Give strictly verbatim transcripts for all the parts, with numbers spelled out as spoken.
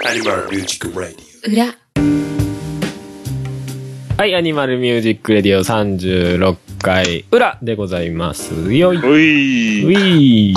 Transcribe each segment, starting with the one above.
アニマルミュージックラディ裏。 はい、アニマルミュージックレディオさんじゅうろっかい裏でございますよい。 うい。 うい。 あ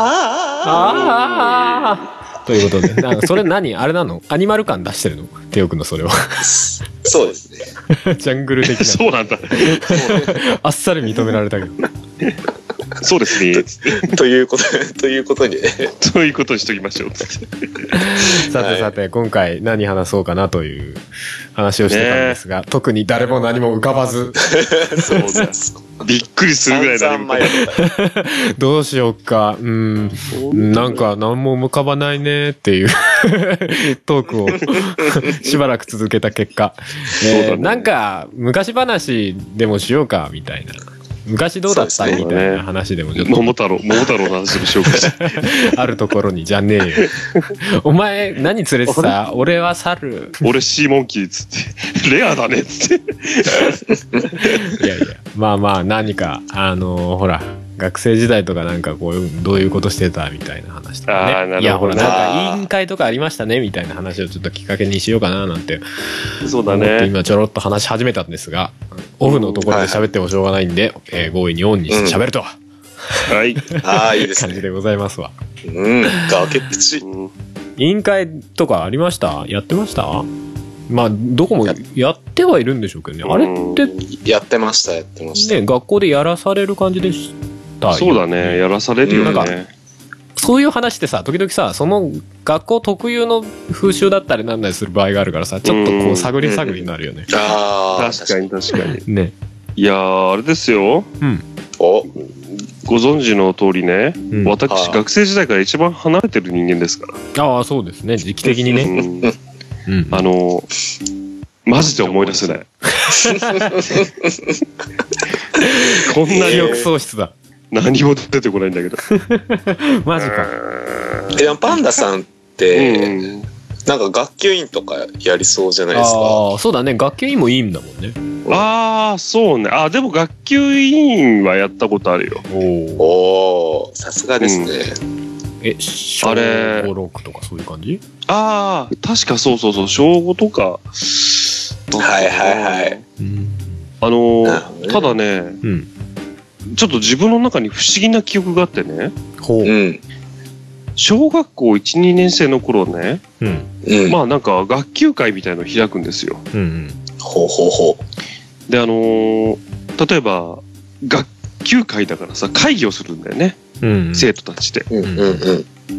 ああ。ということで、なんかそれ何あれなの？アニマル感出してるの？テオくんのそれは。 そうですね。 ジャングル的な。 そうなんだ。 あっさり認められたけど。 そうですね。 ということということにね。 そういうことにしときましょう。 さてさて、今回何話そうかなという話をしてたんですが、特に誰も何も浮かばず。 そうだ。びっくりするぐらい何も。 どうしようか。うん。なんか何も浮かばないねっていうトークをしばらく続けた結果、えー、なんか昔話でもしようかみたいな。昔どうだった、ね、みたいな話でもちょっと、 桃太郎桃太郎の話でしょうか。 あるところにじゃねえよ。お前何連れてた？俺は猿。 俺シーモンキーっつってレアだねっつって。 いやいや、まあまあ何かあのー、ほら学生時代とかなんかこうどういうことしてたみたいな話とかね。いやほらなんか委員会とかありましたねみたいな話をちょっときっかけにしようかななんて。 そうだね。 今ちょろっと話し始めたんですが、オフのところで喋ってもしょうがないんで、うん、えー、強引にオンにして喋ると。うん、 はい。 ああいいですね。 感じでございますわ。 うん。崖っぷち。 委員会とかありました？やってました？まあどこもやってはいるんでしょうけどね。あれってやってましたやってました。 ね、学校でやらされる感じでした。 そうだね、やらされるよね。なんかそういう話ってさ、時々さ、その学校特有の風習だったりなんだりする場合があるからさ、ちょっとこう探り探りになるよね。 ああ、確かに確かに。 ね。 いやー、あれですよ。 うん。 お、ご存知の通りね、うん、私学生時代から一番離れてる人間ですから。 ああ、そうですね。時期的にね。 うんうん、あのマジで思い出せない。こんな記憶喪失だ。 何も出てこないんだけど。 マジか。 でもパンダさんって、うん、なんか学級委員とかやりそうじゃないですか。 ああ、そうだね。学級委員もいいんだもんね。 ああ、そうね。あ、でも学級委員はやったことあるよ。 おお、さすがですね。うん、 え、小ご、ろくとかそういう感じ？ ああ、確かそうそうそう、小ごとか。 はいはいはい。 あのーね、ただね、うん、ちょっと自分の中に不思議な記憶があってね。 ほう。うん、 小学校いち、にねん生の頃ね、うん、まあなんか学級会みたいのを開くんですよ。 うんうん、 ほうほうほう。で、あのー、例えば、学級会だからさ、会議をするんだよね。うんうん、生徒たちで、うんうんうん、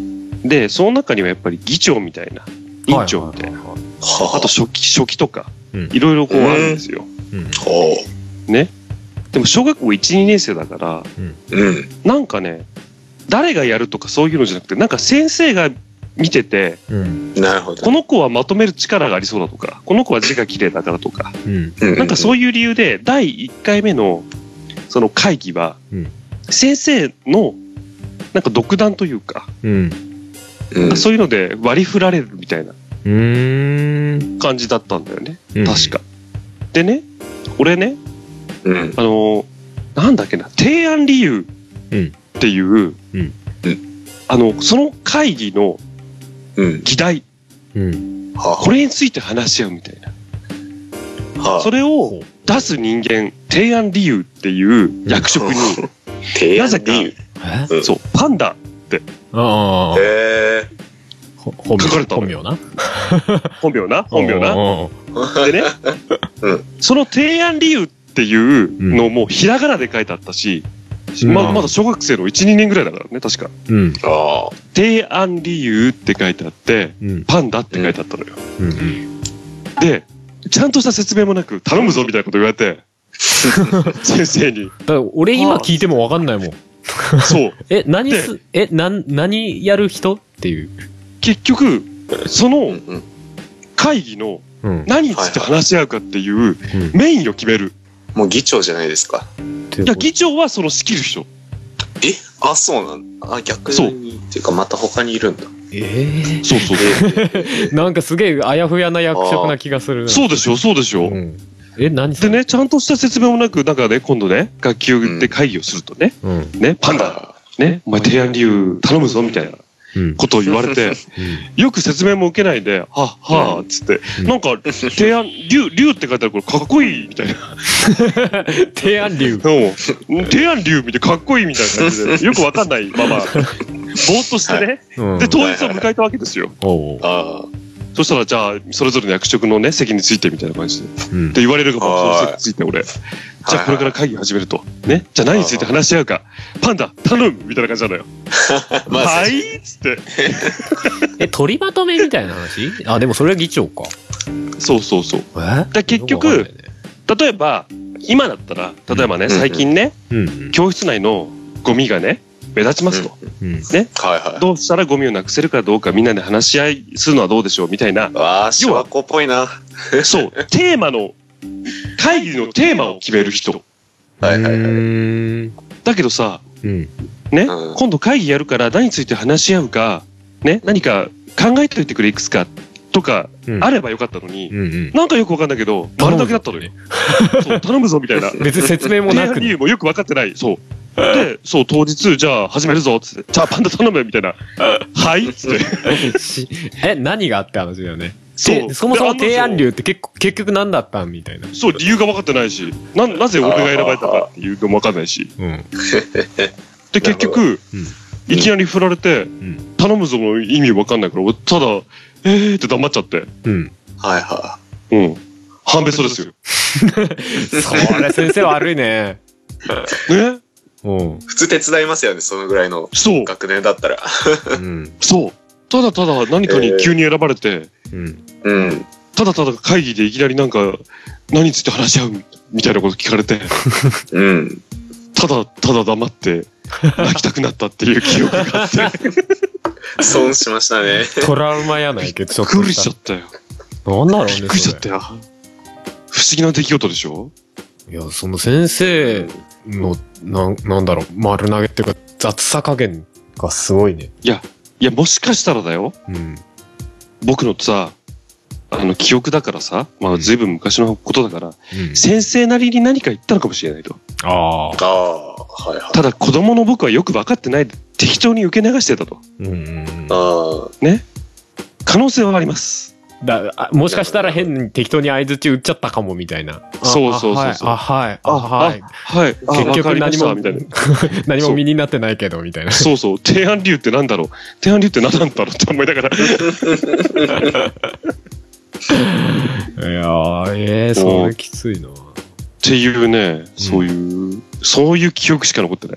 でその中にはやっぱり議長みたいな委員長みたいな、はいはいはい、あと書記書記とか、うん、いろいろこうあるんですよ、うんうん、ね。でも小学校いち、にねん生だから、うん、なんかね誰がやるとかそういうのじゃなくてなんか先生が見てて、うん、なるほどこの子はまとめる力がありそうだとかこの子は字が綺麗だからとか、うん、なんかそういう理由でだいいっかいめのその会議は、うん、先生のなんか独断というか、うんうん、そういうので割り振られるみたいな感じだったんだよね、うん、確か。でね、俺ね、うん、あのなんだっけな、提案理由っていう、うんうん、あのその会議の議題、うん、これについて話し合うみたいな、はあ、それを出す人間、提案理由っていう役職に、 提案理由そう、パンダって。 ああ。 へえ。 書かれた本名な。 本名な本名な。でね、うん、その提案理由っていうのもひらがなで書いてあったし、うん、ま, まだ小学生のいち、にねんぐらいだからね、確か。うん、あ提案理由って書いてあって、うん、パンダって書いてあったのよ。うんうん、で、ちゃんとした説明もなく、頼むぞみたいなこと言われて、先生に。 だから俺今聞いても分かんないもん。 そう。 え、何す、え、な、何やる人っていう。 結局、その会議の何について話し合うかっていうメインを決める。 もう議長じゃないですか。 いや、議長はその仕切る人。 え、あ、そうなんだ。あ、逆に。っていうか、また他にいるんだ。 ええー。 そうそうそう。 なんかすげえあやふやな役職な気がする。 そうでしょ、そうでしょ。うん、 え、何でね、ちゃんとした説明もなく、なんかね、今度ね、学級で会議をするとね、うん、ね、パンダ、ね、お前提案理由頼むぞ、みたいな。 ことを言われて、よく説明も受けないで、ははっつって、なんか、提案、竜、竜って書いてあるこれかっこいいみたいな。 提案竜。 提案竜見てかっこいいみたいな感じで、よくわかんないまま、ぼーっとしてね。で、当日を迎えたわけですよ。そしたら、じゃあ、それぞれの役職のね、席についてみたいな感じで。で、言われるが、その席について俺。じゃあ、これから会議始めると。ね。じゃあ、何について話し合うか。パンダ、頼むみたいな感じなのよ。はいっつって。 え、取りまとめみたいな話？あ、でもそれは議長か。 そうそうそう。で、結局、例えば、今だったら、例えばね、最近ね、教室内のゴミがね、目立ちますと。ね。どうしたらゴミをなくせるかどうかみんなで話し合いするのはどうでしょうみたいな。 わあ、小学校っぽいな。 そう。テーマの、会議のテーマを決める人。 はいはいはい。 だけどさ、ね、今度会議やるから何について話し合うか、ね、何か考えておいてくれいくつかとかあればよかったのに、なんかよくわかんないけど、丸だけだったのよ。そう、頼むぞみたいな。 別に説明もなく。 理由もよくわかってない。そう。で、そう、当日、じゃあ始めるぞっつって、じゃあパンダ頼むみたいな。はいっつって。 え、何があって話だよね。そう。そもそも提案流って結構、結局何だったんみたいな。 そう、理由が分かってないし、な、なぜ俺が選ばれたかっていうのも分かんないし。うん。で、結局、いきなり振られて、頼むぞの意味分かんないから、俺、ただ、えーって黙っちゃって。 うん。 はいはい。 うん。半べそですよ。 それ先生悪いね。 ね？ 普通手伝いますよね、そのぐらいの学年だったら。 そう。ただただ何かに急に選ばれて、ただただ会議でいきなりなんか何について話し合うみたいなこと聞かれて、ただただ黙って泣きたくなったっていう記憶があって。 損しましたね。 トラウマやないけど、 ちょっと。びっくりしちゃったよ。 なんだろうね。 びっくりしちゃったよ。不思議な出来事でしょ？ いや、その先生の、な、なんだろう、丸投げっていうか、雑さ加減がすごいね。 いや、いや、もしかしたらだよ。うん。僕のさ、あの、記憶だからさ、まあ、ずいぶん昔のことだから、うん、先生なりに何か言ったのかもしれないと。 ああ。 ああ、はいはい。 ただ、子供の僕はよく分かってないで、適当に受け流してたと。 うんうんうん。 ああ。 ね。可能性はあります。 だもしかしたら変に適当に相づち打っちゃったかもみたいな。 そうそうそうそう。 あ、はい。あ、はい。 はい。 結局何も、何も身になってないけど、みたいな。 そうそう。提案理由ってなんだろう。提案理由って何なんだろうって思いながら。いやー、えー、それきついな。 っていうね、そういう、そういう記憶しか残ってない。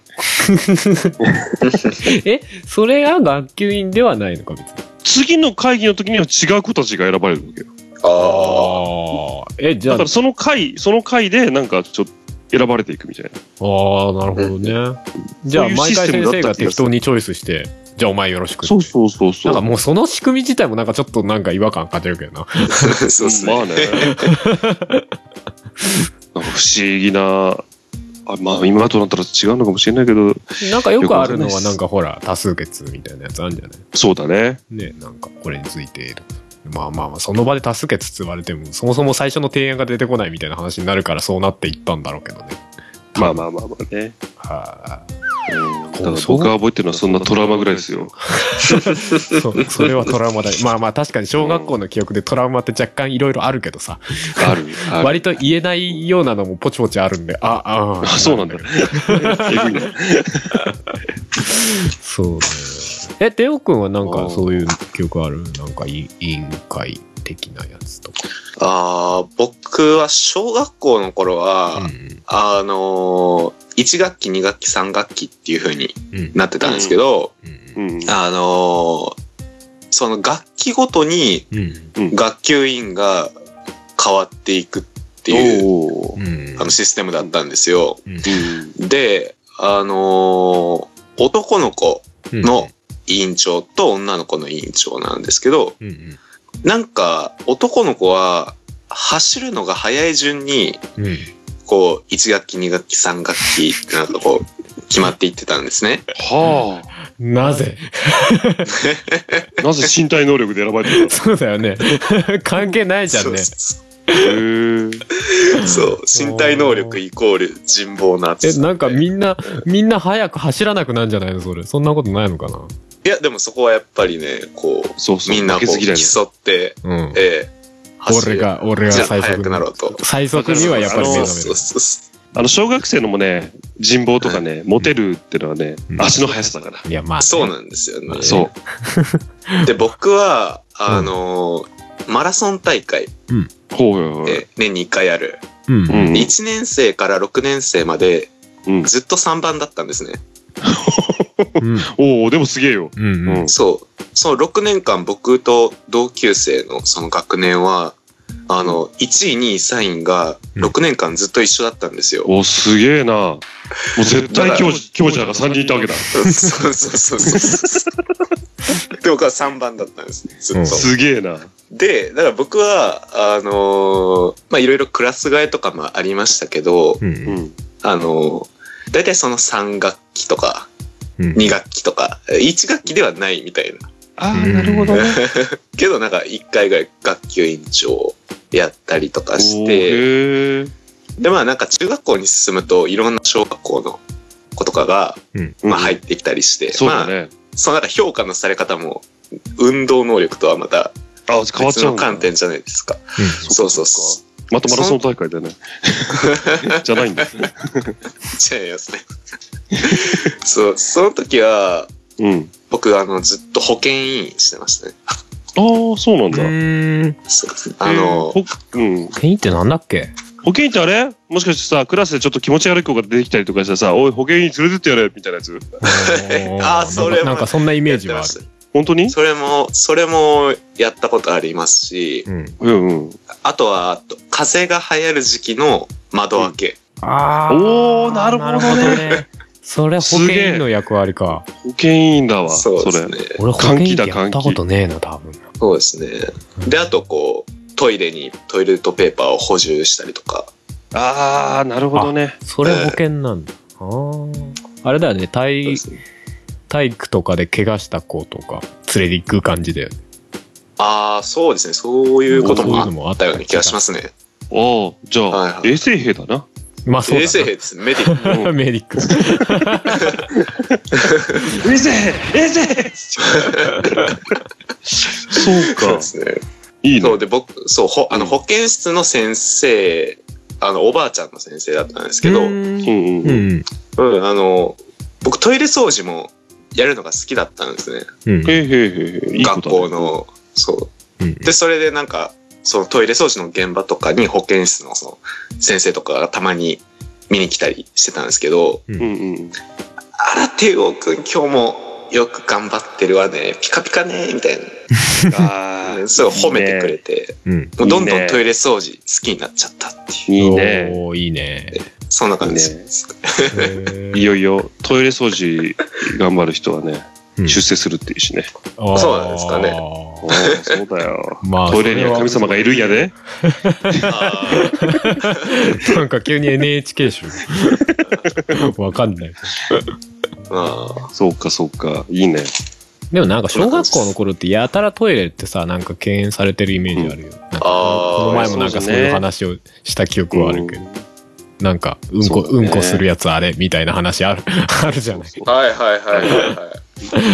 え、それが学級委員ではないのか、別に。 次の会議の時には違う子たちが選ばれるわけよ。 ああ。え、じゃあ。 だからその会、その会でなんかちょっと選ばれていくみたいな。 ああ、なるほどね。じゃあ毎回先生が適当にチョイスして、じゃあお前よろしく。 そうそうそうそう。 なんかもうその仕組み自体もなんかちょっとなんか違和感感じるけどな。 そうっすね。 まあね。なんか不思議な、あ、まあ今となったら違うのかもしれないけど。 なんかよくあるのはなんかほら、多数決みたいなやつあるんじゃない？ そうだね。 ね、なんかこれについて。まあまあまあ、その場で多数決って言われても、そもそも最初の提案が出てこないみたいな話になるからそうなっていったんだろうけどね。 まあまあまあまあね。 はあ。 だから僕が覚えてるのはそんなトラウマぐらいですよ。 そう、それはトラウマだ。まあまあ確かに小学校の記憶でトラウマって若干いろいろあるけどさ。 ある。ある割と言えないようなのもポチポチあるんで、あ、あ、 あ、そうなんだよ。 そうね。え、テオ君はなんかそういう記憶ある？なんか委員会的なやつとか。 ああ、僕は小学校の頃は、うん、あのー、いち学期、に学期、さん学期っていう風になってたんですけど、うんうん、あのー、その学期ごとに学級委員が変わっていくっていう、うん、あのシステムだったんですよ。うん、で、あのー、男の子の委員長と女の子の委員長なんですけど、うんうん、なんか男の子は走るのが早い順に、うんこう、いち学期、に学期、さん学期ってなんかこう、決まっていってたんですね。 はあ。なぜなぜ身体能力で選ばれてるの？ そうだよね。関係ないじゃんね。 そう、身体能力イコール人望な。 え、なんかみんな、みんな早く走らなくなるんじゃないのそれ。そんなことないのかな？ いや、でもそこはやっぱりね、こう、そうそうみんなこう競って、うん、えー、俺が、俺が最速になろうと。 最速にはやっぱり目覚める。 そうそうそう。 あの、小学生のもね、人望とかね、モテるっていうのはね、足の速さだから。 いや、まあ。 そうなんですよね。 そう。 で、僕は、あの、マラソン大会。うん。年にいっかいある。うん。いちねん生からろくねん生まで、ずっとさんばんだったんですね。 おお、でもすげえよ。 そう。そのろくねんかん僕と同級生のその学年は、あの、いちい、にい、さんいがろくねんかんずっと一緒だったんですよ。 お、すげえな。もう絶対強者、強者がさんにんいたわけだ。 そうそうそうそう。で、僕はさんばんだったんです、ずっと。 すげえな。 で、だから僕は、あのー、まあ、いろいろクラス替えとかもありましたけど、うんうん、あのー、だいたいそのさんがっきとか、にがっきとか、いちがっきではないみたいな。 ああ、なるほどね。 けどなんかいっかいぐらい学級委員長やったりとかして、でまあなんか中学校に進むといろんな小学校の子とかが、うん、まあ入ってきたりして、 そうだね。 まあ、そのなんか評価のされ方も運動能力とはまた別の観点じゃないですか。 うん、 そうそうそう。 またマラソン大会だね。じゃないんだ。 違いますね。そう、その時は、うん、僕あのずっと保健委員してましたね。 ああ、そうなんだ。うーん。そうですね。あの、 うん。保健委員ってなんだっけ？ 保健委員ってあれ？もしかしてさ、クラスでちょっと気持ち悪い子が出てきたりとかしてさ、おい、保健委員連れてってやれみたいなやつ。 ああ、それも。 なんかそんなイメージはある。 本当に？ それも、それもやったことありますし、うん、うんうん。あとは、あと風邪が流行る時期の窓開け。 うん、ああ。 おー、なるほどね。 それ保健委員の役割か。 保健委員だわ。 そうですね。 俺保健委員やったことねえな、多分。 そうですね。で、あとこう、トイレにトイレットペーパーを補充したりとか。 ああ、なるほどね。 それ保健なんだ。えー、ああ。あれだよね、体、体育とかで怪我した子とか連れて行く感じだよね。 ああ、そうですね。そういうこともあったような気がしますね。 ああ、じゃあ、はいはい、衛生兵だな。 まあそうだな。 衛生兵です。メディック。 メディック。 衛生兵衛生兵そうか。そうですね。いいね。 そうで、僕、そう、ほ、あの、保健室の先生、あの、おばあちゃんの先生だったんですけど、うんうんうん。うん、あの、僕トイレ掃除もやるのが好きだったんですね。うん、へへへ学校の、そう、うん。で、それでなんか、そのトイレ掃除の現場とかに保健室のその先生とかがたまに見に来たりしてたんですけど、うんうん、あら、テオくん今日もよく頑張ってるわね、ピカピカね、みたいな。あそう褒めてくれて、いいね、もうどんどんトイレ掃除好きになっちゃったっていう。 いいね。 おー、いいね。 そんな感じです。 いよいよトイレ掃除頑張る人はね、うん、出世するっていうしね。 そうなんですかね。 そうだよ。まあ、トイレには神様がいるんやで。 なんか急に エヌエイチケー 集。わかんない。 ああ、そうかそうか。いいね。 でもなんか小学校の頃ってやたらトイレってさ、なんか敬遠されてるイメージあるよ。うん、あこの前もなんかそういう話をした記憶はあるけど。なんか、うんこ、う、ね、うんこするやつあれみたいな話ある、あるじゃない。 はいはいはいはいはい。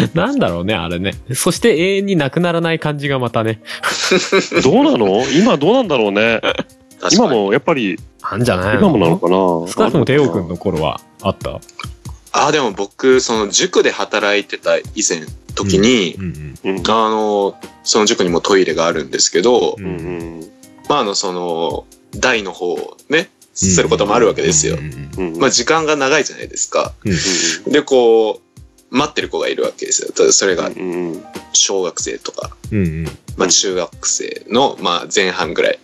なんだろうね、あれね。そして永遠になくならない感じがまたね。 どうなの？今どうなんだろうね。今もやっぱり。 なんじゃないの？ 今もなのかな？ 少なくともテオ君の頃はあった？ あ、でも僕、その塾で働いてた以前、時に、うんうんうん、あの、その塾にもトイレがあるんですけど、うんうん、まああの、その、台の方をね、することもあるわけですよ。まあ時間が長いじゃないですか。で、こう、待ってる子がいるわけですよ。それが、小学生とか、まあ中学生の、まあ前半ぐらい。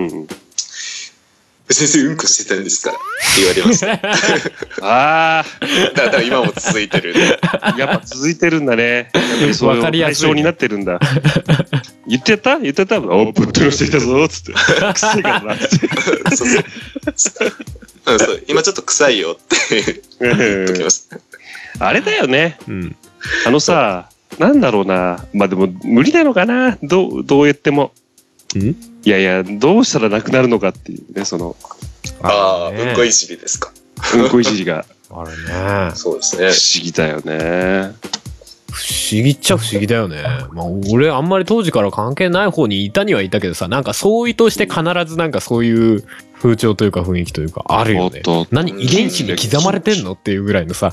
先生うんこしてたんですからって言われます。 ああ。 だから今も続いてる。 やっぱ続いてるんだね。わかりやすい。対象になってるんだ。言ってた言ってたおぶっとろしていたぞつって。臭いからなって。そうそう今ちょっと臭いよって言っときます。 あれだよね。うん、あのさ、なんだろうな。まあでも無理なのかな。どう、どう言っても。んいやいや、どうしたらなくなるのかっていうね、その。 ああ、うんこいじりですか。 うんこいじりが。 あれね。 そうですね。 不思議だよね。 不思議っちゃ不思議だよね。まあ、俺あんまり当時から関係ない方にいたにはいたけどさ、なんか相違として必ずなんかそういう風潮というか雰囲気というかあるよね。何遺伝子に刻まれてんのっていうぐらいのさ。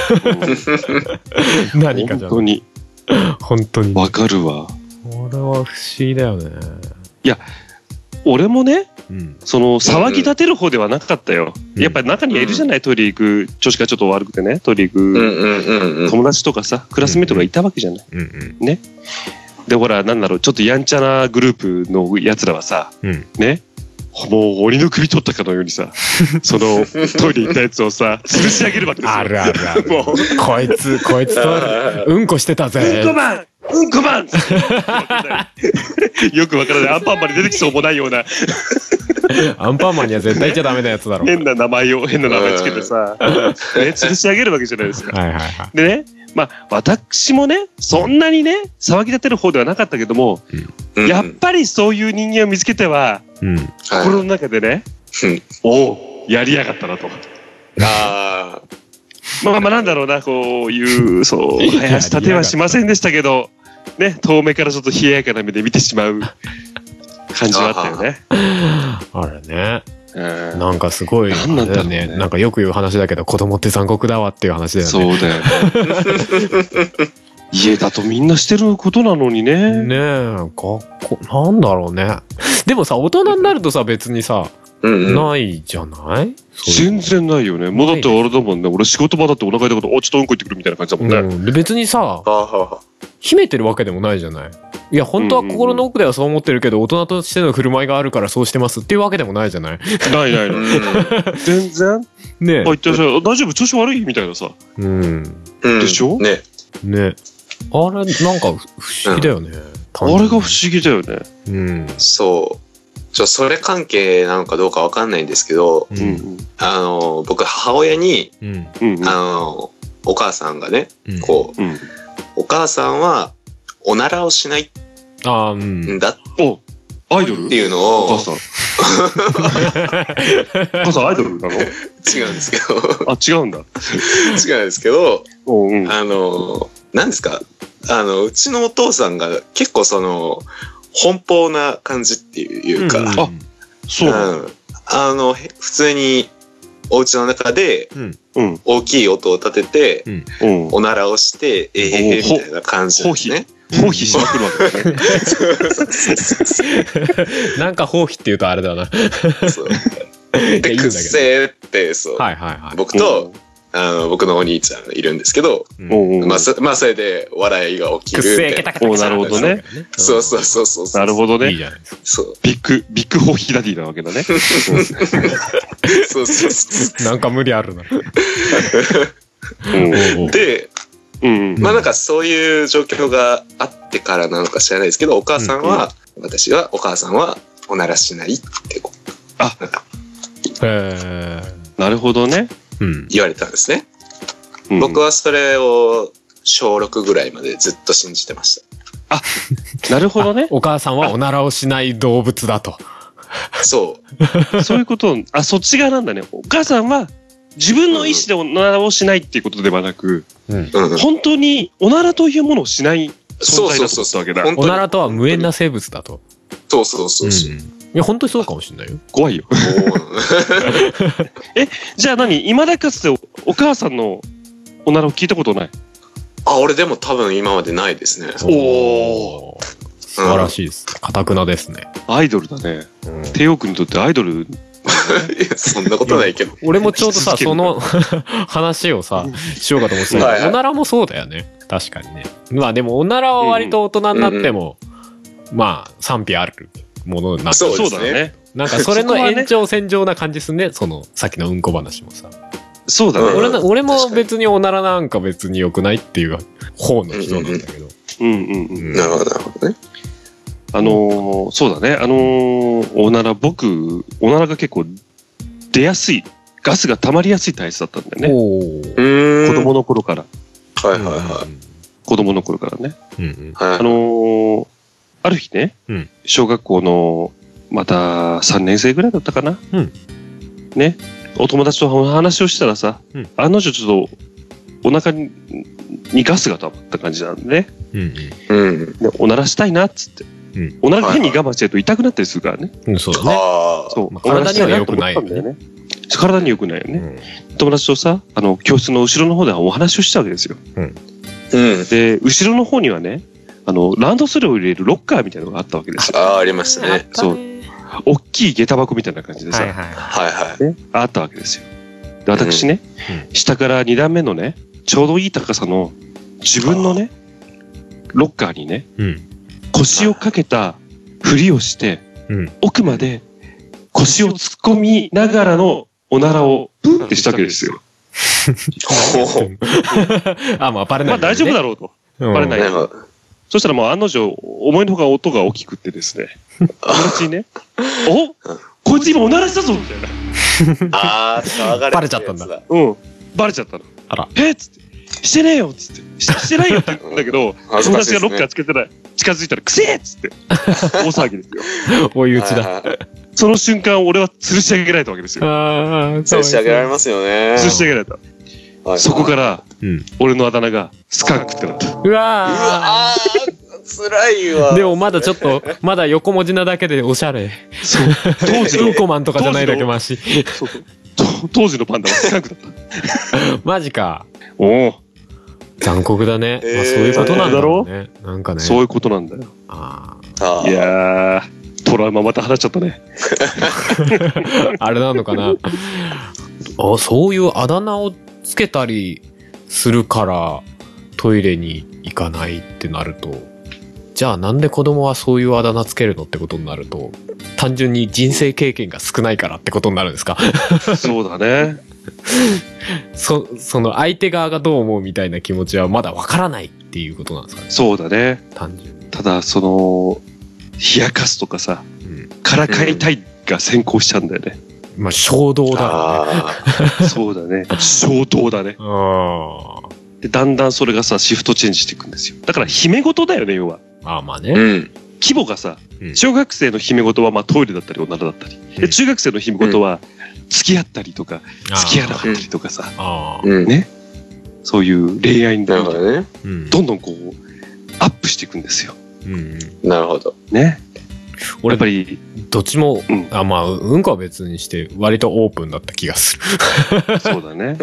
何かじゃん。 本当に。 本当に。 わかるわ。 これは不思議だよね。 いや、俺もね、うん、その騒ぎ立てる方ではなかったよ、うん、やっぱり中にはいるじゃない、うん、トイレ行く調子がちょっと悪くてね、トイレ行く友達とかさクラスメートがいたわけじゃない、うんうん、ね。でほらなんだろう、ちょっとやんちゃなグループのやつらはさ、うん、ね、もう鬼の首取ったかのようにさそのトイレ行ったやつをさ吊るし上げるわけですよ。 あるあるある。もうこいつこいつとうんこしてたぜ。 うんこマンうんこマンよくわからない、アンパンマンに出てきそうもないようなアンパンマンには絶対言っちゃダメなやつだろ。 変な名前を変な名前つけてさ、ね、吊るし上げるわけじゃないですか。 はいはいはい。 でね、まあ私もねそんなにね騒ぎ立てる方ではなかったけども、うん、やっぱりそういう人間を見つけては、うん、心の中でね、うん、おおやりやがったなと。ああ。まあまあなんだろうな、こういうそう林立てはしませんでしたけどね、遠目からちょっと冷ややかな目で見てしまう感じはあったよね。 あれね、なんかすごいなんだよね、なんかよく言う話だけど子供って残酷だわっていう話だよね。 そうだよね。家だとみんなしてることなのにね。 ねえ、学校なんだろうね。でもさ大人になるとさ別にさうんうん、ないじゃない？ 全然ないよね。もうだってあれだもんね。俺仕事場だってお腹痛いこと、おちょっとうんこ行ってくるみたいな感じだもんね。 うん、で別にさ、秘めてるわけでもないじゃない。いや本当は心の奥ではそう思ってるけど、大人としての振る舞いがあるからそうしてますっていうわけでもないじゃない。 ないないない。全然。ねえ。あ、言ってらっしゃい。大丈夫？調子悪いみたいなさ。うん。でしょ？ ね。 ね。あれなんか不思議だよね。 あれが不思議だよね。 うん。そう。ちょそれ関係なのかどうかわかんないんですけど、うん、あの僕母親に、うん、あのお母さんがね、うん、こう、うん、お母さんはおならをしないんだアイドルっていうのをお母さんお母さんアイドルなの？ 違うんですけどあ違うんだ違うんですけど、うん、あの何ですか、あのうちのお父さんが結構その奔放な感じっていうか、うん、あ、 そう、うん、 あの普通にお家の中で大きい音を立てて、うん、おならをして、ええー、みたいな感じですね。 放棄しまくるわけですね。なんか放棄っていうとあれだな。 そう。で、くっせーってそう、はいはいはい、僕とあの僕のお兄ちゃんいるんですけど、うん、まあ、そまあそれで笑いが起きるみたいな。 なるほどね。 そうそうそうそうそう。 なるほどね。 いいじゃないですか。 そう。 ビッグビッグホーヒーダディなわけだね。そうそうそう。 なんか無理あるな。 で、うん、まあなんかそういう状況があってからなのか知らないですけど、お母さんは、うん、私はお母さんはおならしないってこう。 あ、へえ。なるほどね。 うん、言われたんですね、うん、僕はそれをしょうろくぐらいまでずっと信じてました。 あ、なるほどね。 お母さんはおならをしない動物だと。 そうそういうことあ、そっち側なんだね。お母さんは自分の意思でおならをしないっていうことではなく、うん、本当におならというものをしない存在だと思ったわけだ。 おならとは無縁な生物だと。 そうそうそうそう、うん、 いや本当にそうかもしれないよ。 怖いよ。え、じゃあ何、今だかつて お, お母さんのおならを聞いたことない？ あ、俺でも多分今までないですね。 おお、素晴らしいです。かたくなですね。 アイドルだね。うん、帝王君にとってアイドル。 いやそんなことないけど。 俺もちょうどさその話をさしようかと思ってたけど、はいはい、おならもそうだよね。確かにね。まあでもおならは割と大人になっても、うん、まあ賛否あるものになってる。 そうだね。 なんかそれの延長線上な感じすんね。そのさっきのうんこ話もさ。 そうだね。 俺, 俺も別におならなんか別に良くないっていう方の人なんだけど。 うんうんうん。なるほどなるほどね。 あのー、そうだね。あのー、おなら僕おならが結構出やすい、ガスが溜まりやすい体質だったんだよね。お子供の頃から。 はいはいはい。 子供の頃からね。うんうん、あのー、ある日ね、うん、小学校のまたさんねん生ぐらいだったかな。うん、ね。お友達と話をしたらさ、うん、あの女ちょっとお腹ににガスが溜まった感じなんでね。 うんうん。 で、おならしたいなっつって。うん、おなら変に我慢してると痛くなったりするからね。 うん、そうだね。そう。 まあ、 体には良くないよね。 体に良くないよね。うん、友達とさ、あの、教室の後ろの方でお話をしたわけですよ。うん。で、後ろの方にはね、あの、ランドセルを入れるロッカーみたいなのがあったわけですよ。 ああ、ありましたね。 そう。大きい下駄箱みたいな感じでさ、 はいはい。はいはい。 ね、あったわけですよ。で、私ね、うん、下からに段目のね、ちょうどいい高さの自分のね、ロッカーにね、うん、腰をかけたふりをして、うん、奥まで腰を突っ込みながらのおならをプンってしたわけですよ。 あ、まあバレない、 ね。まあ大丈夫だろうと。バレない。そしたらもう案の定、思いのほか音が大きくってですね、友達にね、おこいつ今おならしたぞみたいな。 ああ、騒がれバレちゃったんだ。 うん。バレちゃったの。あら。えっつって。してねえよっつって。し, してないよって言うんだけど、友達がロッカーつけてない。近づいたら、くせえっつって。大騒ぎですよ。 追い打ちだ。 その瞬間、俺は吊るし上げられたわけですよ。 ああ、吊るし上げられますよね。 吊るし上げられた。そこから、うん、俺のあだ名がスカンクってなった。 うわー辛いわ。 でもまだちょっと、まだ横文字なだけでおしゃれ。 そう。当時の。うんこマンとかじゃないだけマシ。 そうそう。当時のパンダはスカンクだった。 マジか。 おお。 残酷だね。えーまあ、そういうことなんだろうね。なんかね。 そういうことなんだよ。ああ。いやー、トラウマまた話しちゃったね。 あれなのかな。あ、そういうあだ名をつけたりするからトイレに行かないってなると、じゃあなんで子供はそういうあだ名つけるのってことになると、単純に人生経験が少ないからってことになるんですか？ そうだね。 そ, その相手側がどう思うみたいな気持ちはまだわからないっていうことなんですかね。 そうだね。 単純に。 ただその冷やかすとかさ、うん、からかいたいが先行しちゃうんだよね。 まあ衝動だね。そうだね。衝動だね。あでだんだんそれがさシフトチェンジしていくんですよ。だから秘め事だよね要は。 ああまあね。 うん、規模がさ、小学生の秘め事はまあトイレだったりおならだったり、うん、で中学生の秘め事は付き合ったりとか、うん、付き合わなかったりとかさ、うん、ね、そういう恋愛になるほどね、どんどんこうアップしていくんですよ。 うん、なるほど。 ね。俺やっぱりどっちも、うん、あまあうんこは別にして割とオープンだった気がする。そうだね。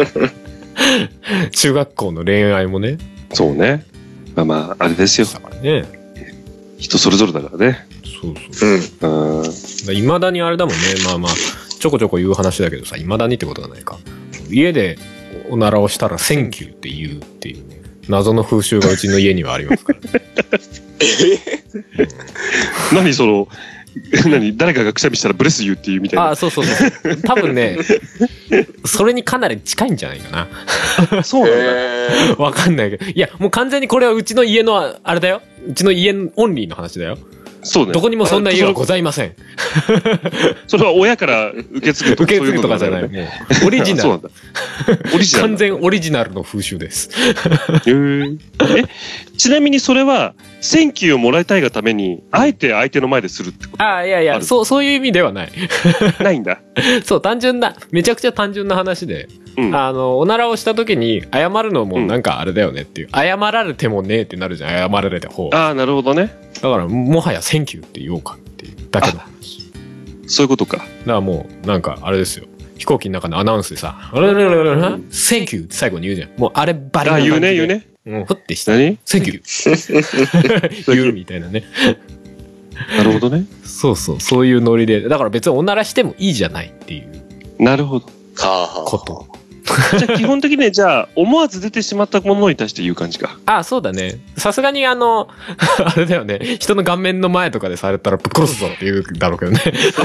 中学校の恋愛もね。 そうね。まあまああれですよ。ね、人それぞれだからね。 そうそう。うん。いまだにあれだもんね。まあまあちょこちょこ言う話だけどさ、いまだにってことがないか。家でおならをしたらセンキューって言うっていうね、謎の風習がうちの家にはありますから、ね。 うん、何その何誰かがくしゃみしたらブレス言うっていうみたいな。 あ、そうそうそう。多分ね、それにかなり近いんじゃないかな。 そうなんだ。 わかんないけど、いやもう完全にこれはうちの家のあれだよ。うちの家オンリーの話だよ。 そうね。 どこにもそんな家はございません。 それは親から受け継ぐとか、受け継ぐとかじゃない。もうオリジナル。そうなんだ。 オリジナル。 完全オリジナルの風習です。 え、ちなみにそれはセンキューをもらいたいがためにあえて相手の前でするってこと？ ああ、いやいや、そうそういう意味ではない。 ないんだ。 そう、単純な、めちゃくちゃ単純な話で、うん、あのおならをした時に謝るのもなんかあれだよねっていう、うん、謝られてもねえってなるじゃん、謝られた方。 ああ、なるほどね。 だからもはやセンキューって言おうかっていうだけの話。 そういうことか。だからもうなんかあれですよ、飛行機の中のアナウンスでさ、あれれれれれセンキューって最後に言うじゃん。もうあれバリバリ。 あ、言うね言うね。 もうふってした。何？センキュー。言うみたいなね。 なるほどね。 そうそう、そういうノリで、だから別におならしてもいいじゃないっていう。 なるほど。 こと。 じゃあ基本的にね、じゃあ思わず出てしまったものに対して言う感じか。 ああ、そうだね。さすがにあのあれだよね、人の顔面の前とかでされたらぶっ殺すぞって言うだろうけどね。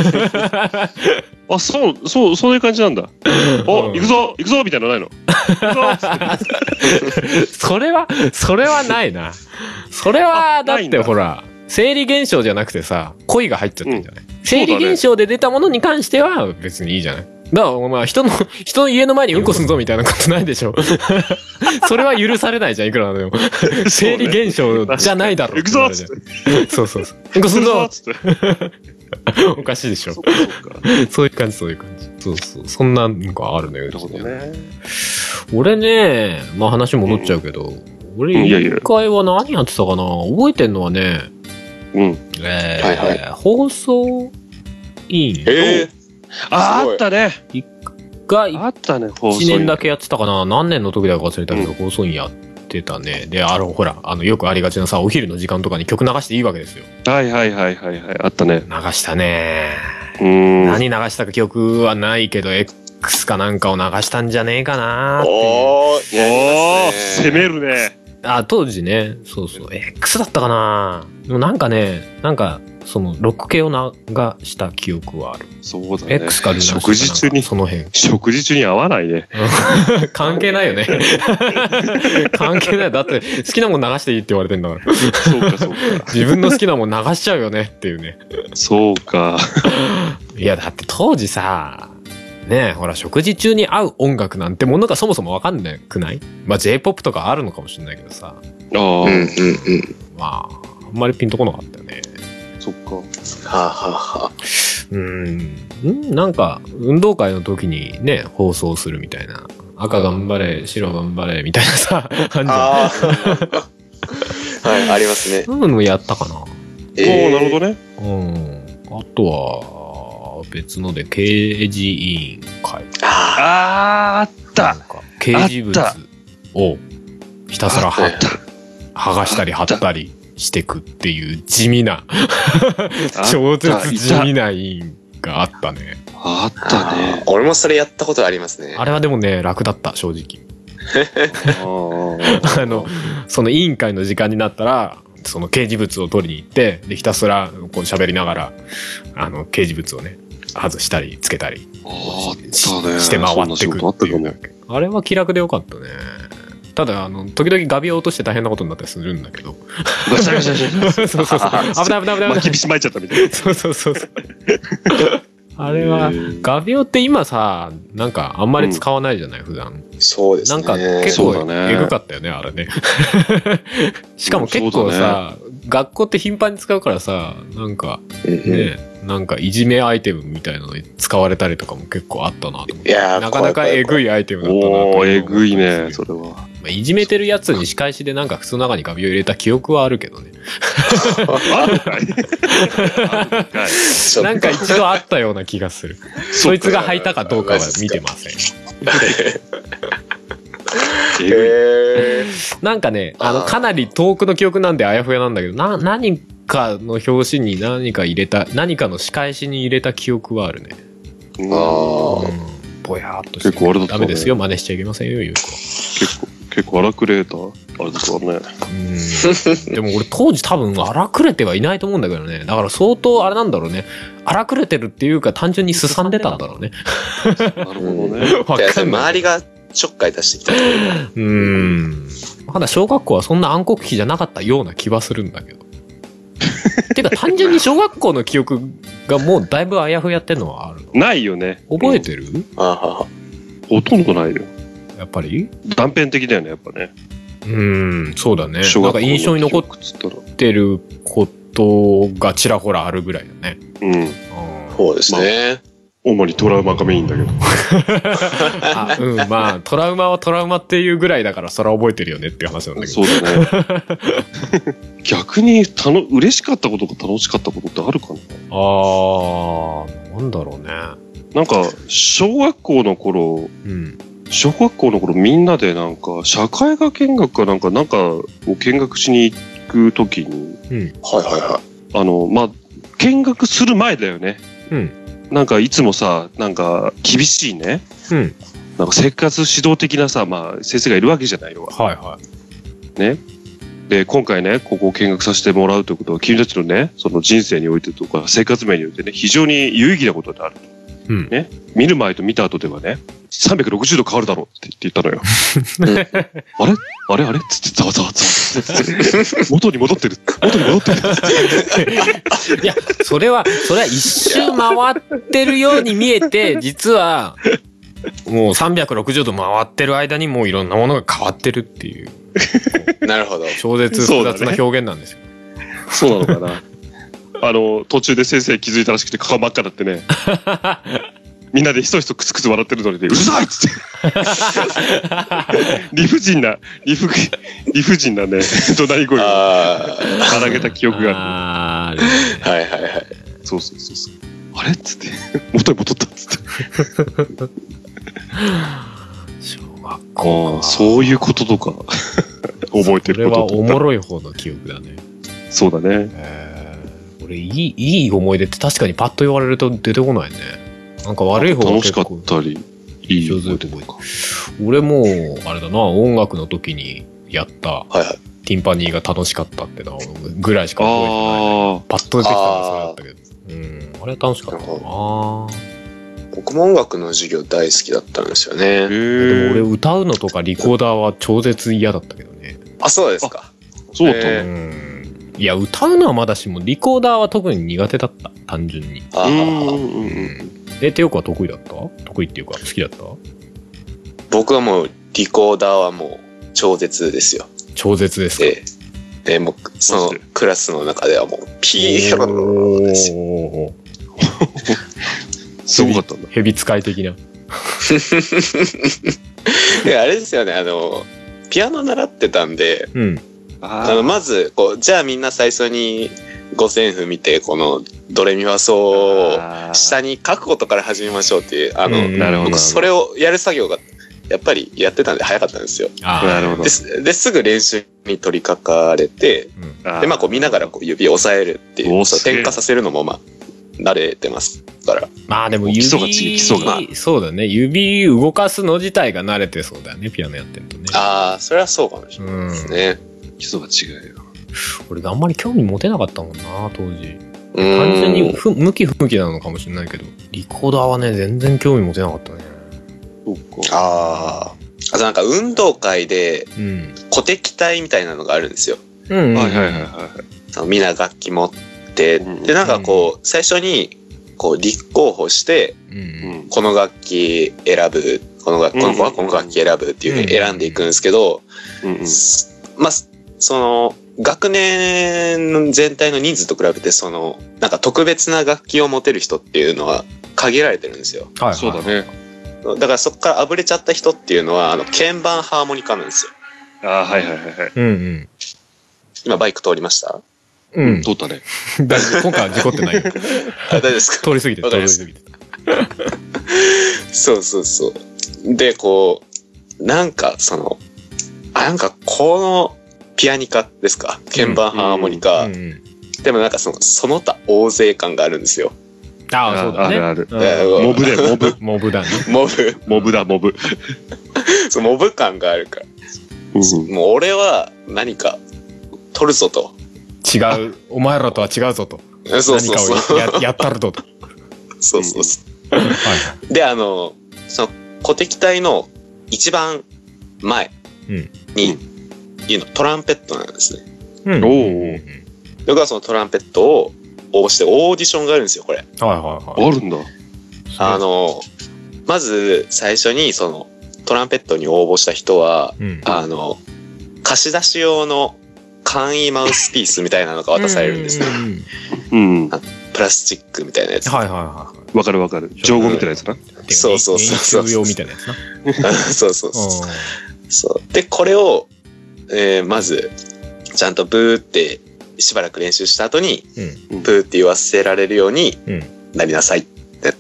あ、そうそう、そういう感じなんだ。お、行くぞ行くぞみたいなのないの？ それはそれはないな。それはだってほら生理現象じゃなくてさ、恋が入っちゃってんじゃない、うん、生理現象で出たものに関しては別にいいじゃない。だからまあ人の人の家の前にうんこすんぞみたいなことないでしょ。それは許されないじゃん、いくらでも。生理現象じゃないだろ。 行くぞっつって。 そうそうそう。うんこすんぞっつって。 おかしいでしょ。そ, そういう感じ、そういう感じ。そうそう。そんなのがあるのよ。なるほどね。俺ね、まあ話戻っちゃうけど、うん、俺一回は何やってたかな、覚えてんのはね、うん。えー、はいはい、放送委員。 えー、あ、あったね。 一回、あったね、放送委員。いちねんだけやってたかな、何年の時だか忘れたけど、うん、放送委員やってたね。で、あの、ほら、あの、よくありがちなさ、お昼の時間とかに曲流していいわけですよ。 はいはいはいはいはい、あったね。 流したね。うん。何流したか記憶はないけど、X かなんかを流したんじゃねえかな。 おー、おー、攻めるね。 あ、当時ね、そうそう、X だったかな。でもなんかね、なんか、その、ロック系を流した記憶はある。 そうだね。 X かルナシーか食事中に、 その辺。 食事中に合わないね。 関係ないよね。関係ない。だって、好きなもん流していいって言われてんだから。 そうか、そうか。 自分の好きなもん流しちゃうよねっていうね。 そうか。 いや、だって当時さ、ねえ、ほら、食事中に合う音楽なんてものがそもそもわかんなくない？まあ J-ポップ とかあるのかもしれないけどさ。ああ。うんうんうん。まあ、あんまりピンとこなかったよね。 そっか。はあ、はあはあ、 うん。んなんか、運動会の時にね、放送するみたいな。赤頑張れ、白頑張れ、みたいなさ、感じ。あはい、ありますね。 そういうのもやったかな。 えー、おー、なるほどね。 うん。あとは、別ので刑事委員会。 ああ、あった。 刑事物をひたすら剥がしたり貼ったりしてくっていう地味な超絶地味な委員があったね。 あったね。 俺もそれやったことありますね。 あれはでもね、楽だった正直。あのその委員会の時間になったら、その掲示物を取りに行って、でひたすらこう喋りながら、あの掲示物をね外したりつけたり し, ね、して回ってくっていう、ね、あれは気楽でよかったね。ただあの時々ガビを落として大変なことになったりするんだけど。 ガシャガシャガシャ。 そうそうそう。危ない危ない危ない危ない。 巻きしまいちゃったみたいな。 そうそうそうそう。あれはガビオって今さ、なんかあんまり使わないじゃない、うん、普段。 そうですね。 なんか結構えぐかったよね、あれね。しかも結構さ、ね、学校って頻繁に使うからさ、なんかね、うん、なんかいじめアイテムみたいなのに使われたりとかも結構あったなと思って。いやなかなかえぐいアイテムだったなと思って。 おー、えぐいね、それは。 まあ、いじめてるやつに仕返しでなんか靴の中にガビを入れた記憶はあるけどね。 あるかいなんか一度あったような気がする。そいつが履いたかどうかは見てません。えー、なんかね、あのかなり遠くの記憶なんであやふやなんだけど、な何かの表紙に何か入れた、何かの仕返しに入れた記憶はあるね。ああ、うん、ぼやーっとして。 結構あれだったね。 ダメですよ、真似しちゃいけませんよ、ゆうこ。 結構結構荒くれたあれですからね。 うん。でも俺当時多分荒くれてはいないと思うんだけどね。だから相当あれなんだろうね。荒くれてるっていうか単純にすさんでたんだろうね。 なるほどね。 わかんない。周りがちょっかい出してきた。 うん。まだ小学校はそんな暗黒期じゃなかったような気はするんだけど。てか単純に小学校の記憶がもうだいぶあやふやってんのはあるの？ ないよね。 覚えてる？うん、 あはほとんどないよ。 やっぱり断片的だよね、やっぱね。 うん、そうだね。なんか印象に残ってることがちらほらあるぐらいだね。 うん。 そうですね。 まあ、主にトラウマがメインだけど。 あ、うん、まあ、トラウマはトラウマっていうぐらいだから、それは覚えてるよねっていう話なんだけど。そうだね。逆にたの、嬉しかったことか楽しかったことってあるかな？ あー、なんだろうね。なんか、小学校の頃、うん、小学校の頃みんなでなんか社会科見学かなんかなんかを見学しに行くときに、 うん、はいはいはい。 あのまあ見学する前だよね。うん。なんかいつもさなんか厳しいね。うん。なんか生活指導的なさまあ先生がいるわけじゃないよ。 はいはい。 ね。で今回ねここを見学させてもらうということは君たちのねその人生においてとか生活面においてね非常に有意義なことである。うん、ね、見る前と見た後ではねさんびゃくろくじゅうど変わるだろうって言ったのよ。あれあれあれつってざわざわざわ元に戻ってる元に戻ってる。 いやそれはそれは一周回ってるように見えて実はもうさんびゃくろくじゅうど回ってる間にもういろんなものが変わってるっていう。 なるほど。 超絶複雑な表現なんですよ。 そうなのかな。 あの、途中で先生気づいたらしくて顔真っ赤だってね。みんなでひそひそクスクス笑ってるのに、うるさいっつって。理不尽な、理不、理不尽なね、怒鳴り声を荒げた記憶がある。 あはいはいはい。 そうそうそうそう。あれっつって、元に戻ったっつって。 小学校。 そういうこととか、覚えてることとか。 それはおもろい方の記憶だね。 そうだね。 えー、俺いい、いい思い出って確かにパッと言われると出てこないね。なんか悪い方が楽しかったり、いい思い出とか。 俺も、あれだな、音楽の時にやった、 はいはい、 ティンパニーが楽しかったってのぐらいしか覚えてない、ね。パッと出てきたのはそれだったけど。うん、あれは楽しかったな。 僕も音楽の授業大好きだったんですよね。 でも俺歌うのとかリコーダーは超絶嫌だったけどね。 あ、そうですか。 そうだったの、 うん。いや、歌うのはまだしも、リコーダーは特に苦手だった。単純に。 あうんうんえ、テオコは得意だった？得意っていうか好きだった？ 僕はもうリコーダーはもう超絶ですよ。 超絶ですか？ ええ、えもうそのクラスの中ではもうピーロですよ。 すごかったんだ。 蛇使い的な。 いやあれですよね、あのピアノ習ってたんで、 うん、 あのまずこうじゃあみんな最初に五線譜見てこのドレミファソを下に書くことから始めましょうっていうあの、うん、僕それをやる作業がやっぱりやってたんで早かったんですよ。 あなるほど。 で、ですぐ練習に取り掛かれて、うん、でまあこう見ながらこう指を押さえるっていう点火させるのもまあ慣れてますから。 まあでも指基礎が基礎がそうだね、指動かすの自体が慣れてそうだよね、ピアノやってるとね。 ああそれはそうかもしれないですね。 基礎が違うよ。 俺あんまり興味持てなかったもんな当時。単純にふ向き不向きなのかもしれないけど、リコーダーはね全然興味持てなかったね。 そうか。ああなんか運動会で鼓笛隊みたいなのがあるんですよ。 うん、 はいはいはいはい。 そのみんな楽器持って、うん、でなんかこう最初にこう立候補して、うん、この楽器選ぶ、この楽この子はこの楽器選ぶっていう風に選んでいくんですけど、うんうん、まあその学年全体の人数と比べてそのなんか特別な楽器を持てる人っていうのは限られてるんですよ。 はい、そうだね。 だからそこからあぶれちゃった人っていうのはあの鍵盤ハーモニカなんですよ。 ああはいはいはいはい。 うんうん。 今バイク通りました？ うん、 通ったね。 大丈夫。今回は事故ってないよ。 あ大丈夫ですか？ 通り過ぎて通り過ぎて。 そうそうそう。でこうなんかそのあなんかこのピアニカですか、鍵盤ハーモニカ、うんうん、でもなんかそのその他大勢感があるんですよ。 ああそうだね。 あるある。モブでモブモブだね。 モブモブだモブ。 そうモブ感があるから、うん、もう俺は何か取るぞと。 違うお前らとは違うぞと。 そうそうそう。 何かを や, やったるぞと。 そうそうそう。はい、であのその鼓笛隊の一番前に、うんいうのトランペットなんですね。 うん、おお。 僕はそのトランペットを応募してオーディションがあるんですよこれ。 はいはいはい。 あるんだ。 あのまず最初にそのトランペットに応募した人は、うん、あの貸し出し用の簡易マウスピースみたいなのが渡されるんですね。 うん。 プラスチックみたいなやつ。 はいはいはい。 わかるわかる。情報みたいなやつな。 そうそうそうそう。 用みたいなやつな。 そうそうそう。そうでこれをえー、まずちゃんとブーってしばらく練習した後に、うん、ブーって言わせられるようになりなさいってやって、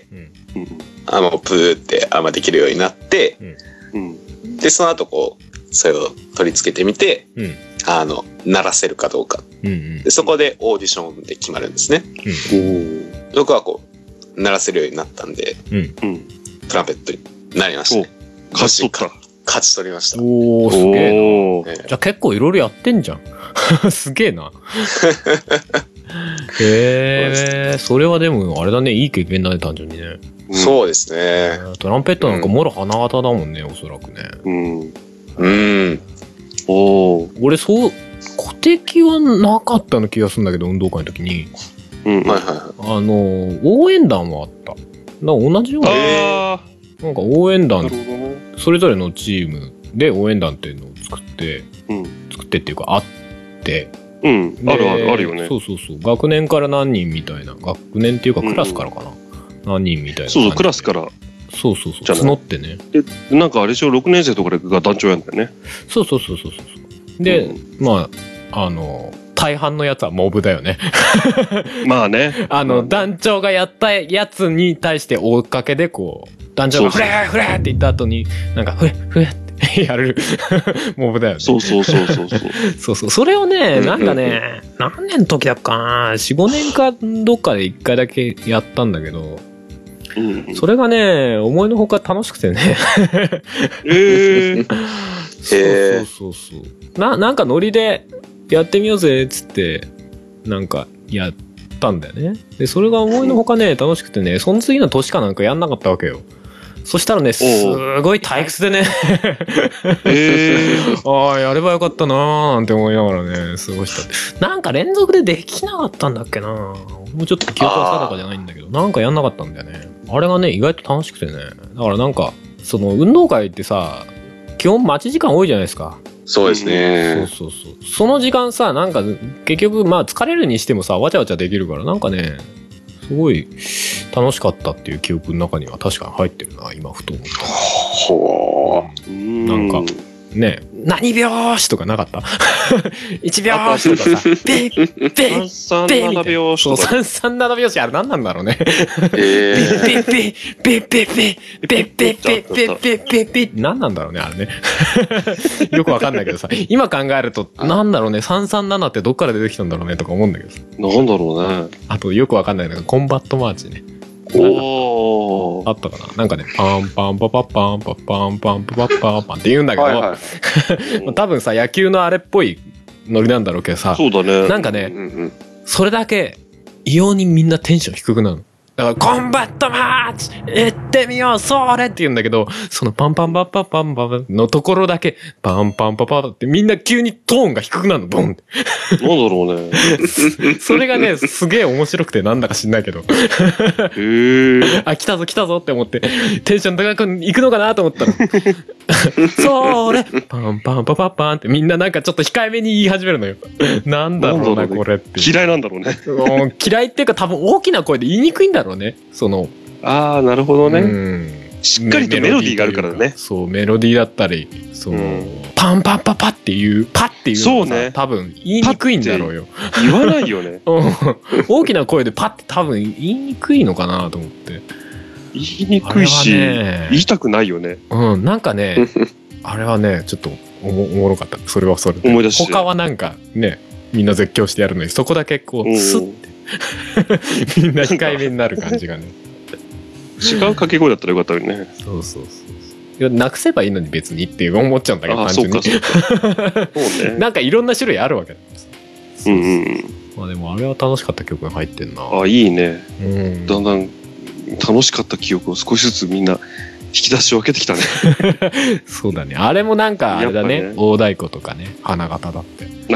うん、あもうブーってあんまできるようになって、うん、でその後こうそれを取り付けてみて、うん、あの鳴らせるかどうか、うんうん、でそこでオーディションで決まるんですね。うん、僕はこう鳴らせるようになったんで、うん、トランペットになりましたね。 勝ち取った。 勝ち取りました。 おー、すげえな。じゃあ結構いろいろやってんじゃん。すげえな。へえ、それはでもあれだね、いい経験だね、単純にね。 そうですね。 トランペットなんかもろ花形だもんね、おそらくね。 うん。うん。 おお。俺そう、鼓笛はなかったの気がするんだけど、運動会の時に。 うん。はいはいはい。 あの、応援団はあった。だ同じような。なんか応援団、それぞれのチームで応援団っていうのを作って、うん、作ってっていうかあって、 うん、あるあるあるよね。 そうそうそう。学年から何人みたいな。学年っていうかクラスからかな。うん、何人みたいな。 そうそう、クラスから。 そうそうそう。募ってね。 で、なんかあれでしょ、ろくねん生とかが団長やんだよね。 そうそうそうそうそう。で、うん、まあ、あの、大半のやつはモブだよね。 まあね。 あの、団長がやったやつに対して追っかけでこう、団長がフレーフレーって言った後に、なんかフレーフレーってやるモブだよね。 そうそうそうそうそう。 そうそう。それをね、なんかね、何年の時だっかな、よん、ごねんかどっかでいっかいだけやったんだけど、うん、それがね、思いのほか楽しくてね。 えー、 そうそうそうそう。な、なんかノリでやってみようぜっつって、なんかやったんだよね。で、それが思いのほかね、楽しくてね、その次の年かなんかやんなかったわけよ。そしたらね、すごい退屈でね。えー、ああ、やればよかったなーなんて思いながらね、過ごした。なんか連続でできなかったんだっけな。もうちょっと記憶は定かじゃないんだけど、なんかやんなかったんだよね。あれがね、意外と楽しくてね。だからなんか、その運動会ってさ、基本待ち時間多いじゃないですか。 そうですね。 そうそうそう。その時間さ、なんか結局まあ疲れるにしてもさ、わちゃわちゃできるから、なんかね、すごい楽しかったっていう記憶の中には確かに入ってるな、今ふと思った。 ほー。なんかね、何拍子とかなかった？いち拍子とかさ、ピッピッピッさんさんなな拍子とか。 そう、さんさんなな拍子あれ何なんだろうね。えー、ピッピッピッピッピッピッピッピッピッピッピッピッピッ何なんだろうね、あれね。よくわかんないけどさ、今考えるとなんだろうね、さんさんななってどっから出てきたんだろうねとか思うんだけどさ。 なんだろうね。 あとよくわかんないのがコンバットマーチね。 おあったかな、なんかね、パンパンパパパンパパンパンパパパンパンって言うんだけど、はいはい、多分さ野球のあれっぽいノリなんだろうけどさ、 そうだね、 なんかね、うんうん、それだけ異様にみんなテンション低くなるの。だからコンバットマーチ行ってみようそれって言うんだけど、そのパンパンパッパッパンパンのところだけパンパンパパってみんな急にトーンが低くなるの、ボンって。 なんだろうね。 それがね、すげえ面白くてなんだか知んないけど。へー。 あ、来たぞ来たぞって思って、テンション高く行くのかなと思ったら、それパンパンパパッパンってみんななんかちょっと控えめに言い始めるのよ。なんだろうな、これって。 嫌いなんだろうね。 嫌いっていうか多分大きな声で言いにくいんだろうね。そのああ、なるほどね、うん、しっかりとメロディーがあるからね。 そうメロディーだったり、その、うん、パンパンパパっていうパっていうのがさ、ね、多分言いにくいんだろうよ。 言わないよね。 大きな声でパって多分言いにくいのかなと思って。 言いにくいし、ね、言いたくないよね。 うん、なんかね、あれはねちょっとお も, おもろかった。それはそれで思い出して、 他はなんかねみんな絶叫してやるのに、そこだけこうスッてみんな控えめになる感じがね。 違う掛け声だったらよかったよね。 そうそうそう。いや、なくせばいいのに別にって思っちゃうんだけど、 単純に。そうかそうね。 なんかいろんな種類あるわけだ。 うんうん。 まあでもあれは楽しかった曲が入ってんな。 あ、いいね。うん。だんだん楽しかった記憶を少しずつみんな引き出し分けてきたね。 そうだね。あれもなんかあれだね。ね、大太鼓とかね、花形だって。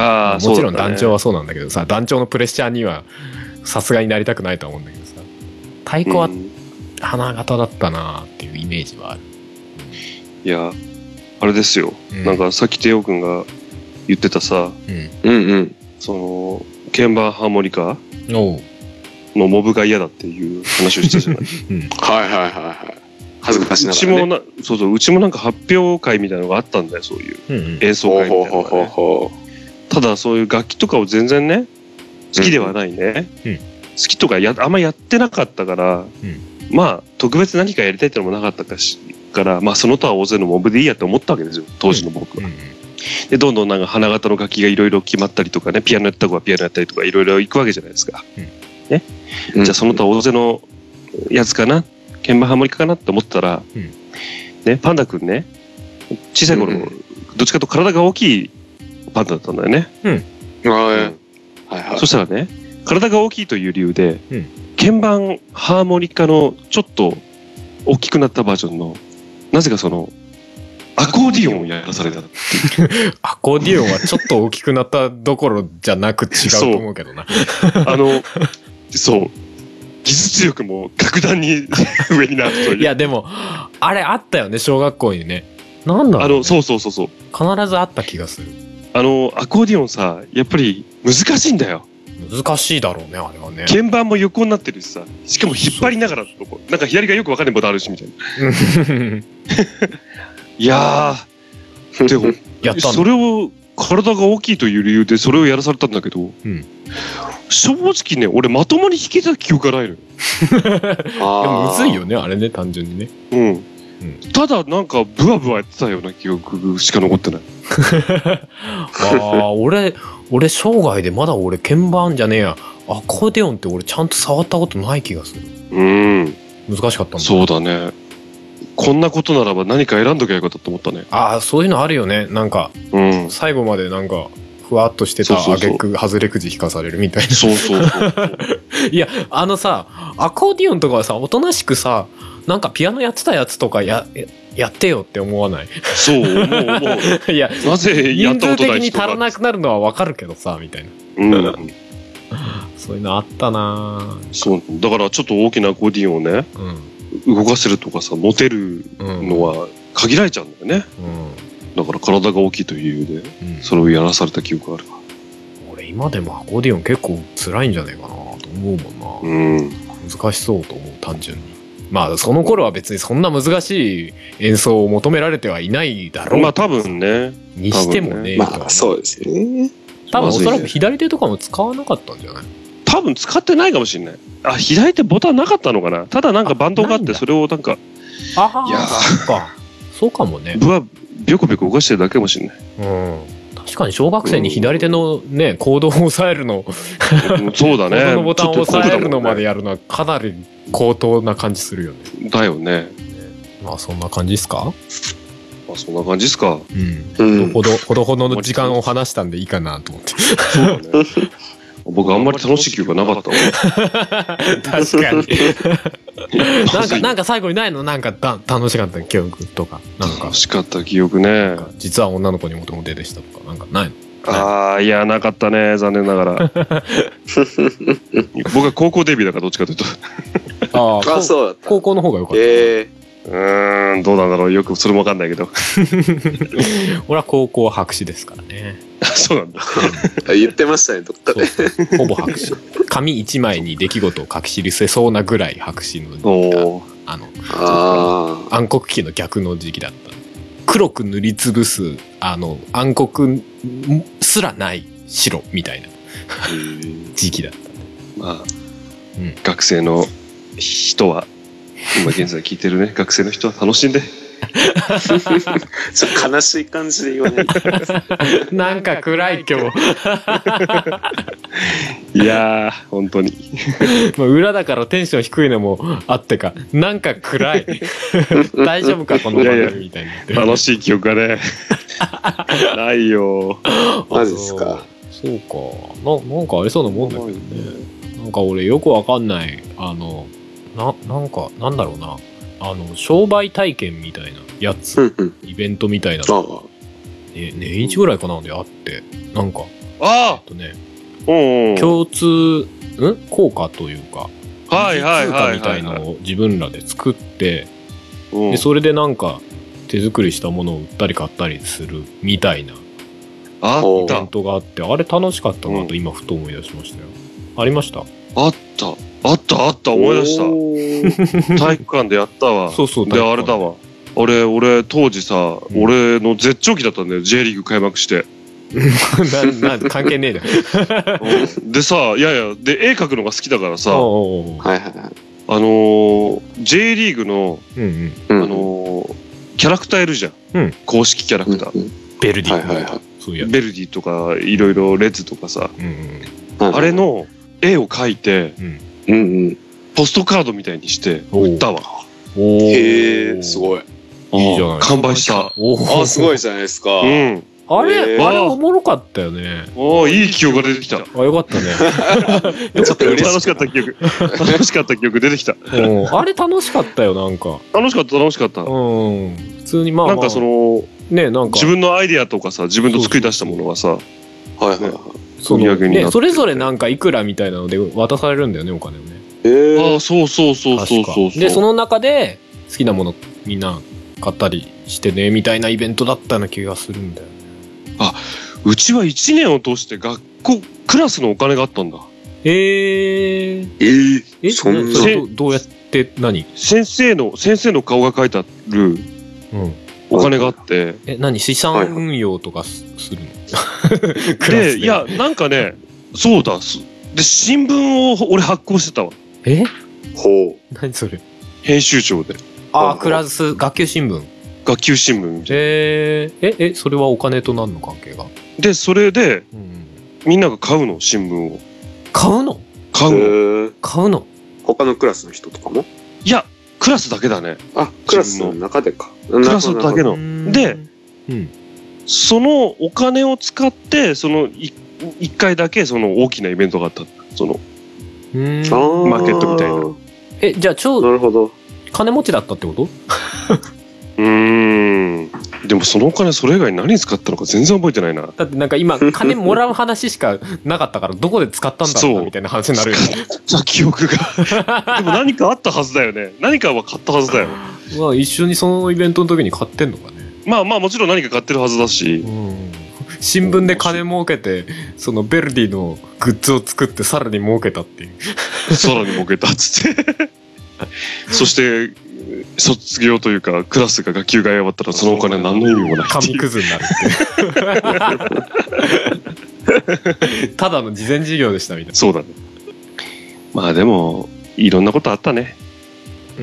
ああ、 もちろん団長はそうなんだけどさ、団長のプレッシャーにはさすがになりたくないと思うんだけどさ、太鼓は花形だったなっていうイメージはある。 いや、あれですよ。うん、なんかさっきテオ君が言ってたさ、 うん、うんうんその鍵盤ハーモニカのモブが嫌だっていう話をしたじゃない。 うん、はいはいはいはい。恥ずかしながら、ね、 うちもな、そうそう、うちもなんか発表会みたいなのがあったんだよ、そういう演奏会みたいなのが、ね、ただそういう楽器とかを全然ね好きではないね、うんうん、好きとかやあんまやってなかったから、うん、まあ特別何かやりたいってのもなかったかしから、まあその他大勢のモブでいいやって思ったわけですよ、当時の僕は。うんうん、でどんどんなんか花形の楽器がいろいろ決まったりとかね、ピアノやった子はピアノやったりとかいろいろ行くわけじゃないですか、うんねうん、じゃあその他大勢のやつかな、鍵盤ハーモニカかなって思ったら、うんね、パンダ君ね小さい頃、うん、どっちかと体が大きいパンダだったんだよね、 うんうんはいはい、そしたらね体が大きいという理由で、うん、鍵盤ハーモニカのちょっと大きくなったバージョンのなぜかそのアコーディオンをやらされたアコーディオンはちょっと大きくなったどころじゃなく違うと思うけどな。 あのそう技術力も格段に上になるという。 いやでもあれあったよね、小学校にね。なんだろう、ね、 あのそうそうそうそう必ずあった気がする。 あのアコーディオンさ、やっぱり難しいんだよ。 難しいだろうね、あれはね。 鍵盤も横になってるしさ、しかも引っ張りながらとこ、なんか左がよく分かんないボタンあるしみたいな。いやー、でもやったそれを体が大きいという理由でそれをやらされたんだけど、うん、正直ね、俺まともに弾けた記憶がないのよ。 あでもむずいよね、あれね、単純にね。 うん。うん、ただなんかブワブワやってたような記憶しか残ってない。 ああ、俺俺生涯でまだ俺鍵盤じゃねえや、アコーディオンって俺ちゃんと触ったことない気がする。うん。難しかったんだ。 そうだね。こんなことならば何か選んどきゃよかったと思ったね。 ああ、そういうのあるよね。なんか、うん、最後までなんかふわっとしてたあげく外れくじ引かされるみたいな。そうそうそう。いや、あのさ、アコーディオンとかはさ、おとなしくさ、なんかピアノやってたやつとかややってよって思わない？そう思う思う。いや、なぜやったことない人が人数的に足らなくなるのはわかるけどさみたいな。うん。そういうのあったな。 そうだからちょっと大きなアコーディオンをね、うん、動かせるとかさ、持てるのは限られちゃうんだよね。うん、だから体が大きいという理由で、うん、それをやらされた記憶があるわ。 俺今でもアコーディオン結構辛いんじゃないかなと思うもんな。うん。難しそうと思う、単純に。まあその頃は別にそんな難しい演奏を求められてはいないだろう。 まあ多分ね。 にしてもね。 まあそうですよね。 多分おそらく左手とかも使わなかったんじゃない？ 多分使ってないかもしれない。あ、左手ボタンなかったのかな。ただなんかバンドがあってそれをなんか。 ああ、いやそうか。そうかもね。 僕はビョコビョコ動かしてるだけかもしれない。 うん。確かに小学生に左手のね、コードを押さえるの、 うん、そうだね。コードのボタンを押さえるのまでやるのはかなり高等な感じするよね。 だよね。 まあそんな感じですか？ まあそんな感じですか。 うん。ほどほどほどの時間を話したんでいいかなと思って。そうだね。 僕あんまり楽しい記憶がなかったわ。 確かに。なんかなんか最後にないの？なんかた楽しかった記憶とか、なんか楽しかった記憶ね。 実は女の子にモテモテでしたとかなんかないの？ ああ、いやなかったね、残念ながら。僕は高校デビューだからどっちかというと。 ああ、そうだった。高校の方が良かった。えーうーん、どうなんだろう、よくそれもわかんないけど。 俺は高校白紙ですからね。 そうなんだ。 言ってましたね、どっかで。 ほぼ白紙。紙一枚に出来事を書き記せそうなぐらい白紙の、あの、あ暗黒期の逆の時期だった。黒く塗りつぶす、あの、暗黒すらない白みたいな時期だった。 まあ、うん、学生の人は、今現在聞いてるね、学生の人は楽しんで。 ちょっと悲しい感じで言わない。 なんか暗い今日。 いやー本当に。 まあ裏だからテンション低いのもあってか、なんか暗い。大丈夫かこの番組みたいになってる。 楽しい記憶がね。ないよ。 マジですか。 そうか。ななんかありそうなもんだけどね。なんか俺よくわかんないあのななんかなんだろうな。あの商売体験みたいなやつ、うんうん、イベントみたいなの、ね、年一ぐらいかなであってなんかあえっとねおうおう共通ん効果というかはいはいはいみたいのを自分らで作ってでそれでなんか手作りしたものを売ったり買ったりするみたいなイベントがあってあれ楽しかったなと今ふと思い出しましたよ。ありました？ あったあったあった思い出した体育館でやったわ。 そうそうであれだわ俺俺当時さ、うん、俺の絶頂期だったんだよ J リーグ開幕してなな関係ねえだでさいやいやで絵描くのが好きだからさはいはいはいあのー、J リーグの、うんうん、あのー、キャラクターいるじゃん、うん、公式キャラクター、うんうん、 ベルディ、はいはいはい、 そういうベルディとかいろいろレッズとかさ、うんうん、あれの絵を描いて、うんうんうん、ポストカードみたいにして売ったわ。 おへえ、すごい。 いいじゃない。 完売した。 あ、すごいじゃないですか。 うん。あれ、あれおもろかったよね。 おいい記憶が出てきた。 あ、よかったね。 ちょっと楽しかった記憶。楽しかった記憶出てきた。 あれ楽しかったよなんか。 楽しかった楽しかった。うん。 普通にまあなんかそのねなんか自分のアイデアとかさ自分の作り出したものがさ、はいはいはい。 そのね、それぞれなんかいくらみたいなので渡されるんだよねお金をね。 えー、ああそうそうそうそうそうでその中で好きなものみんな買ったりしてねみたいなイベントだったような気がするんだよね。 あうちはいちねんを通して学校、クラスのお金があったんだ。 えー。 えー、 え、 そんな。 ど, どうやって何先生の、先生の顔が書いてある、うん、お金があって。 え、何資産運用とかするの、 はい、で、いや、なんかね、そうだ。で、新聞を俺発行してたわ。 えほう。 何それ編集長で。 ああ、クラス、学級新聞。 学級新聞みたいな。 えー、え、え、それはお金と何の関係が？ で、それで、うん、みんなが買うの、新聞を。 買うの買うの。 買うの他のクラスの人とかも？ いや、クラスだけだね。 あ、クラスの中でか。 クラスだけの。で、うん、そのお金を使って、そのい一回だけその大きなイベントがあった。その、 うん、 マーケットみたいな。 え、じゃあ超、 なるほど。 金持ちだったってこと？ うーん。でもそのお金それ以外に何に使ったのか全然覚えてないな。 だってなんか今金もらう話しかなかったからどこで使ったんだろうなみたいな話になるよね。 じゃあ記憶が。でも何かあったはずだよね。何かは買ったはずだよ。 まあ一緒にそのイベントの時に買ってんのかね。 まあまあもちろん何か買ってるはずだし。うん、 新聞で金儲けてそのベルディのグッズを作ってさらに儲けたっていう。 さらに儲けたっつって。そして卒業というかクラスが学級が終わったらそのお金は何の意味もないっていう。 紙くずになるっていう。ただの事前事業でしたみたいな。 そうだね。まあでもいろんなことあったね。 うん。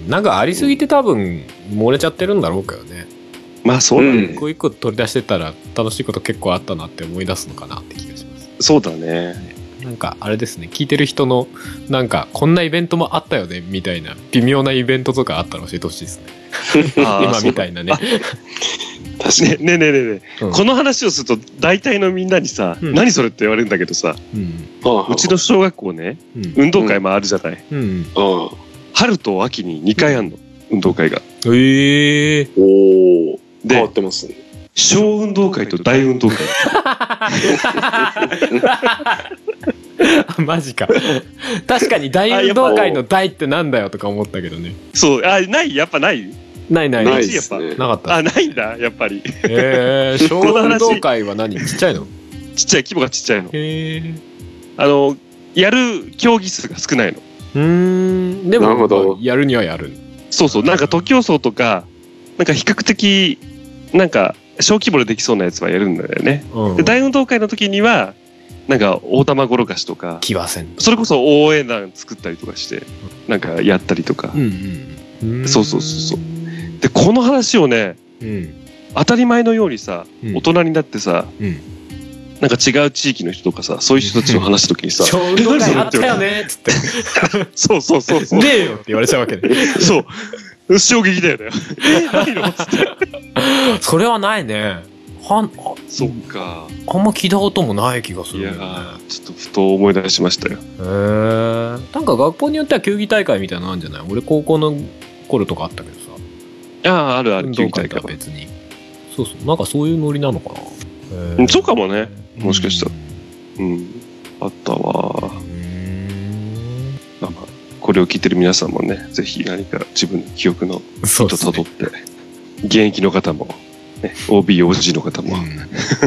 なんかありすぎて多分漏れちゃってるんだろうけどね。 まあそうだね。 一個一個取り出してたら楽しいこと結構あったなって思い出すのかなって気がします。 そうだね。 なんかあれですね、聞いてる人のなんかこんなイベントもあったよねみたいな微妙なイベントとかあったら教えてほしいですね。今みたいなね。 確かに。ねえねえねえねえ、うん、この話をすると大体のみんなにさ、うん、何それって言われるんだけどさ、うん、うちの小学校ね、うん、運動会もあるじゃない、うんうん、春と秋ににかいあんの、運動会が。 へえー。 おお。変わってますね。 小運動会と大運動会。 マジか。確かに大運動会の大ってなんだよとか思ったけどね。 そう、あ、ないやっぱないないないないですね。 なかった。 あ、ないんだやっぱり。 えー、小運動会は何？ちっちゃいの？ ちっちゃい、規模がちっちゃいの。 へー。 あのやる競技数が少ないの。 うーん。でもやるにはやる。 そうそう、なんか徒競走とかなんか比較的なんか小規模でできそうなやつはやるんだよね。うん、で大運動会の時にはなんか大玉転がしとか騎馬戦それこそ応援団作ったりとかしてなんかやったりとか、うんうん、そうそうそうそう。でこの話をね、うん、当たり前のようにさ、うん、大人になってさ、うん、なんか違う地域の人とかさそういう人たちと話した時にさ「 小運動会あったよね」っつってそうそうそうそう 「ねえよ」って言われちゃうわけね。 そう衝撃だよね。えないのっつって。 それはないね。はんそっか。 あんま聞いたこともない気がする、ね。いやちょっとふと思い出しましたよ。へえ。なんか学校によっては球技大会みたいなのあるんじゃない？俺高校の頃とかあったけどさ。 あああるある。 球技大会は別に。そうそうなんかそういうノリなのかな。 そうかもね。もしかしたら。うん。うん、あったわ。これを聞いてる皆さんもね、ぜひ何か自分の記憶の糸たどって、ね、現役の方も、ね、オービー、オージー の方も、うん、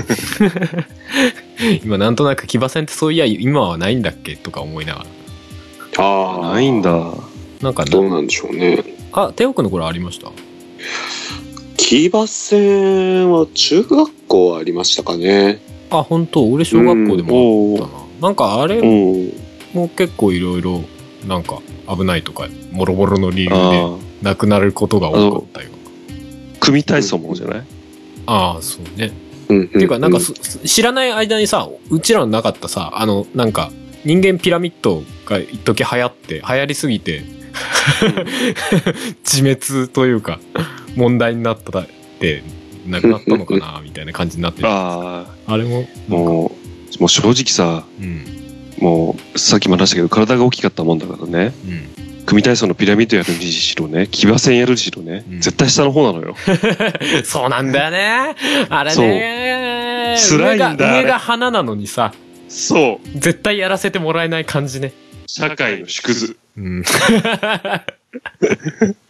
今なんとなく騎馬戦ってそういや今はないんだっけとか思いながら。ああ、ないんだ。 なんかどうなんでしょうね。 あ、テオ君の頃ありました？ 騎馬戦は中学校ありましたかね。 あ、本当？俺小学校でもあったな。なんかあれも結構いろいろなんか危ないとかもろもろの理由で亡くなることが多かったよ。 組体操もじゃない？ ああ、そうね。うんうんうん、っていうかなんか知らない間にさ、うちらのなかったさ、あのなんか人間ピラミッドが一時流行って流行りすぎて自滅というか問題になったってなくなったのかなみたいな感じになってる。ああれももうもう正直さ。うん、もうさっきも話したけど体が大きかったもんだからね、うん、組体操のピラミッドやるにしろね騎馬戦やるにしろね、うん、絶対下の方なのよ。 そうなんだよねあれね。辛いんだ。上が上が花なのにさ、 そう絶対やらせてもらえない感じね。 社会の縮図、うん、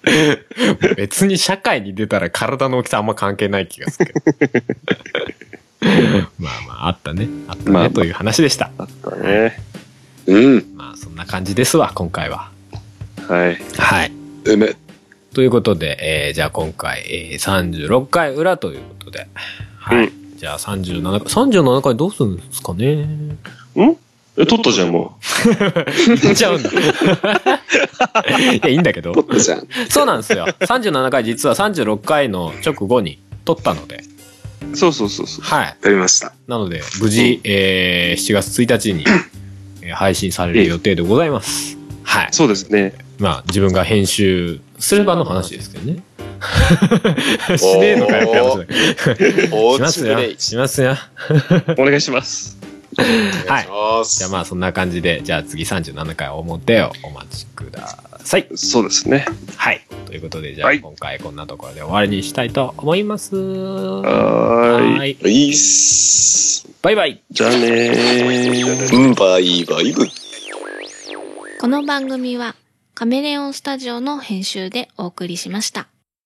別に社会に出たら体の大きさあんま関係ない気がするけどまあまあ、あったね。あったね、まあ、という話でした。 あったね。 うん。 まあ、そんな感じですわ、今回は。 はい。 はい。 うめ。 ということで、えー、じゃあ今回、えー、さんじゅうろっかい裏ということで。はい。うん、じゃあさんじゅうななかい、さんじゅうななかいどうするんですかね。 んえ、撮ったじゃん、もう。言っちゃうんだ。いや、いいんだけど。 撮ったじゃん。 そうなんですよ。さんじゅうななかい実はさんじゅうろっかいの直後に撮ったので。 そうそうそうそう。 はい。 やりました。 なので、無事、えー、しちがつついたちに、えー、配信される予定でございます。はい。 そうですね。 まあ、自分が編集すればの話ですけどね。しねえのかよって話だけど。しますよ。しますよ。 お願いします。 はい。じゃあまあそんな感じで、じゃあ次さんじゅうななかい表をお待ちください。 そうですね。 はい。ということで、じゃあ今回こんなところで終わりにしたいと思います。 はーい。 いいっす。 バイバイ。 じゃあねー。 うん、バイバイブ。 この番組はカメレオンスタジオの編集でお送りしました。